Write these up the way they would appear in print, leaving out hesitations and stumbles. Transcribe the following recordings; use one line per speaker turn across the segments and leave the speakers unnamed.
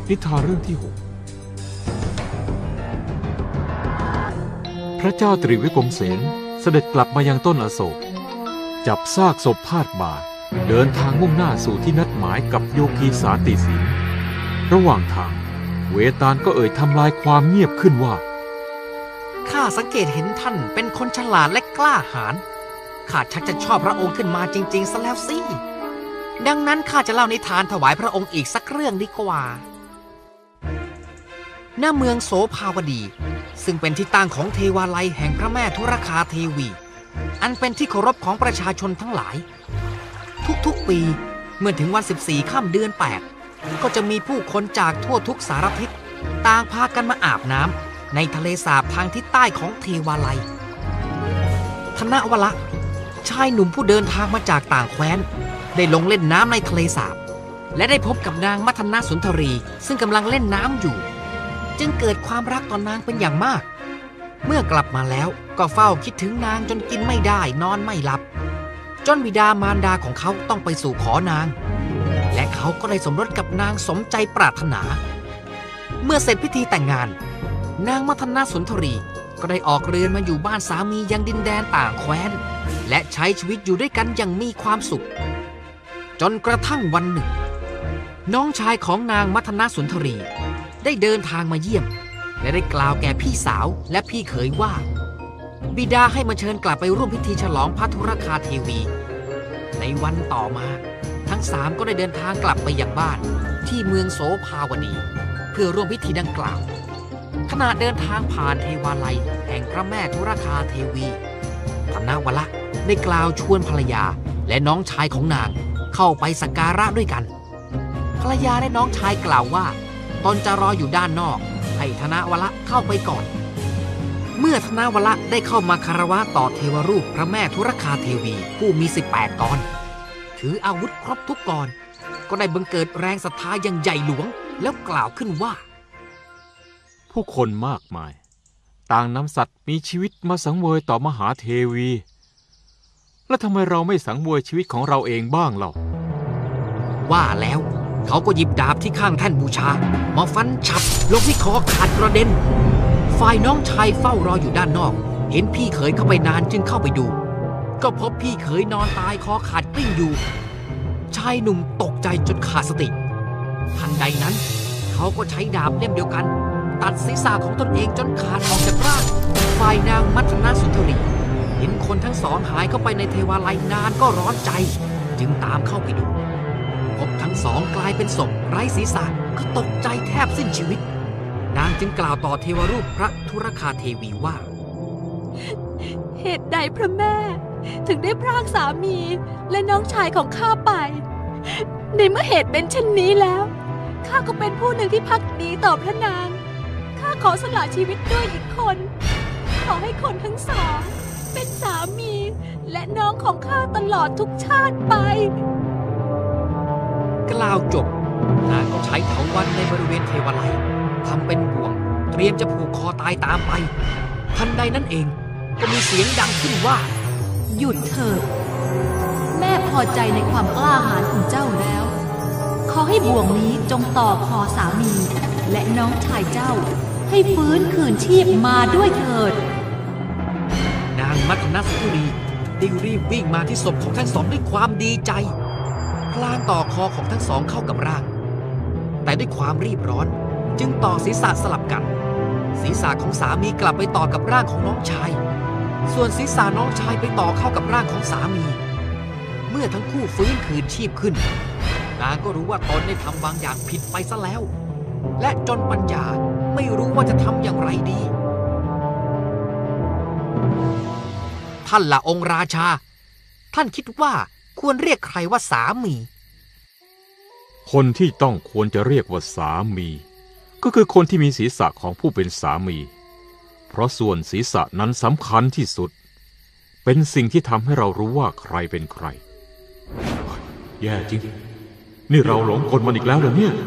นิทานเรื่องที่ 6พระเจ้าตรีวิกรมเสนเสด็จกลับมายังต้นอโศกจับซากศพพาดบ่าเดินทางมุ่งหน้าสู่ที่นัดหมายกับโยคีสาติสินระหว่างทางเวตาลก็เอ่ยทำลายความเงียบขึ้นว่า
ข้าสังเกตเห็นท่านเป็นคนฉลาดและกล้าหาญข้าชักจะชอบพระองค์ขึ้นมาจริงๆซะแล้วสิดังนั้นข้าจะเล่านิทานถวายพระองค์อีกสักเรื่องดีกว่าณเมืองโสภาวดีซึ่งเป็นที่ตั้งของเทวาลัยแห่งพระแม่ธุรคาเทวีอันเป็นที่เคารพของประชาชนทั้งหลายทุกๆปีเมื่อถึงวัน14ค่ำเดือน8ก็จะมีผู้คนจากทั่วทุกสารทิศต่างพากันมาอาบน้ำในทะเลสาบทางทิศใต้ของเทวาลัยธนวละชายหนุ่มผู้เดินทางมาจากต่างแคว้นได้ลงเล่นน้ำในทะเลสาบและได้พบกับนางมัทนาสุนทรีซึ่งกำลังเล่นน้ำอยู่จึงเกิดความรักต่อนางเป็นอย่างมากเมื่อกลับมาแล้วก็เฝ้าคิดถึงนางจนกินไม่ได้นอนไม่หลับจนบิดามารดาของเขาต้องไปสู่ขอนางและเขาก็ได้สมรสกับนางสมใจปรารถนาเมื่อเสร็จพิธีแต่งงานนางมัทนาสุนทรีก็ได้ออกเรือนมาอยู่บ้านสามียังดินแดนต่างแคว้นและใช้ชีวิตอยู่ด้วยกันอย่างมีความสุขจนกระทั่งวันหนึ่งน้องชายของนางมัทนาสุนทรีได้เดินทางมาเยี่ยมและได้กล่าวแก่พี่สาวและพี่เขยว่าบิดาให้มาเชิญกลับไปร่วมพิธีฉลองพระธุรคาเทวีในวันต่อมาทั้งสามก็ได้เดินทางกลับไปยังบ้านที่เมืองโสภาวดีเพื่อร่วมพิธีดังกล่าวขณะเดินทางผ่านเทวาลัยแห่งพระแม่ธุรคาเทวีธนวละได้กล่าวชวนภรรยาและน้องชายของนางเข้าไปสักการะด้วยกันภรรยาและน้องชายกล่าวว่าตนจะรออยู่ด้านนอกให้ธนวละเข้าไปก่อนเมื่อธนวละได้เข้ามาคารวะต่อเทวรูปพระแม่ธุรคาเทวีผู้มี18 กรถืออาวุธครบทุกกรก็ได้บังเกิดแรงศรัทธาอย่างใหญ่หลวงแล้วกล่าวขึ้นว่า
ผู้คนมากมายต่างนำสัตว์มีชีวิตมาสังเวยต่อมหาเทวีแล้วทำไมเราไม่สังเวยชีวิตของเราเองบ้างเล่า
ว่าแล้วเขาก็หยิบดาบที่ข้างแท่นบูชามาฟันฉับลงที่คอขาดกระเด็นฝ่ายน้องชายเฝ้ารออยู่ด้านนอกเห็นพี่เขยเข้าไปนานจึงเข้าไปดูก็พบพี่เขยนอนตายคอขาดกลิ้งอยู่ชายหนุ่มตกใจจนขาดสติทันใดนั้นเขาก็ใช้ดาบเล่มเดียวกันตัดศีรษะของตนเองจนขาดออกจากร่างฝ่ายนางมัทนาสุนทรีเห็นคนทั้งสองหายเข้าไปในเทวาลัยนานก็ร้อนใจจึงตามเข้าไปดูพบทั้งสองกลายเป็นศพไร้ศีรษะก็ตกใจแทบสิ้นชีวิตนางจึงกล่าวต่อเทวรูปพระธุรคาเทวีว่า
เหตุใดพระแม่ถึงได้พรากสามีและน้องชายของข้าไปในเมื่อเหตุเป็นเช่นนี้แล้วข้าก็เป็นผู้หนึ่งที่ภักดีต่อพระนางข้าขอสละชีวิตด้วยอีกคนขอให้คนทั้งสองเป็นสามีและน้องของข้าตลอดทุกชาติไป
กล่าวจบนางก็ใช้เถาวัลย์ในบริเวณเทวาลัยทำเป็นบ่วงเตรียมจะผูกคอตายตามไปทันใดนั้นเองก็มีเสียงดังขึ้นว่า
หยุดเถิดแม่พอใจในความกล้าหาญของเจ้าแล้วขอให้บ่วงนี้จงต่อคอสามีและน้องชายเจ้าให้ฟื้นคืนชีพมาด้วยเถิด
นางมัทนาสุนทรีได้รีบวิ่งมาที่ศพของทั้งสองด้วยความดีใจพลางต่อคอของทั้งสองเข้ากับร่างแต่ด้วยความรีบร้อนจึงต่อศีรษะสลับกันศีรษะของสามีกลับไปต่อกับร่างของน้องชายส่วนศีรษะน้องชายไปต่อเข้ากับร่างของสามีเมื่อทั้งคู่ฟื้นคืนชีพขึ้นนางก็รู้ว่าตนได้ทำบางอย่างผิดไปซะแล้วและจนปัญญาไม่รู้ว่าจะทำอย่างไรดีท่านละองค์ราชาท่านคิดว่าควรเรียกใครว่าสามี
คนที่ต้องควรจะเรียกว่าสามีก็คือคนที่มีศีรษะของผู้เป็นสามีเพราะส่วนศีรษะนั้นสำคัญที่สุดเป็นสิ่งที่ทำให้เรารู้ว่าใครเป็นใครแย่จริงนี่เราหลงกลมันอีกแล้วเหรอเนี่ย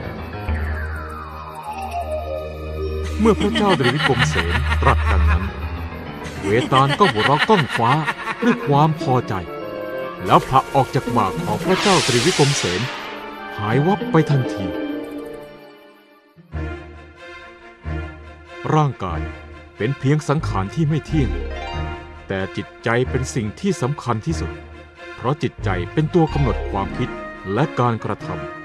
เมื่อพระเจ้าตรีวิกรมเสนตรัสดังนั้นเวตาลก็หัวเราะก้องฟ้าด้วยความพอใจแล้วผลักออกจากปากของพระเจ้าตรีวิกรมเสนหายวับไปทันทีร่างกายเป็นเพียงสังขารที่ไม่เที่ยงแต่จิตใจเป็นสิ่งที่สำคัญที่สุดเพราะจิตใจเป็นตัวกำหนดความคิดและการกระทำ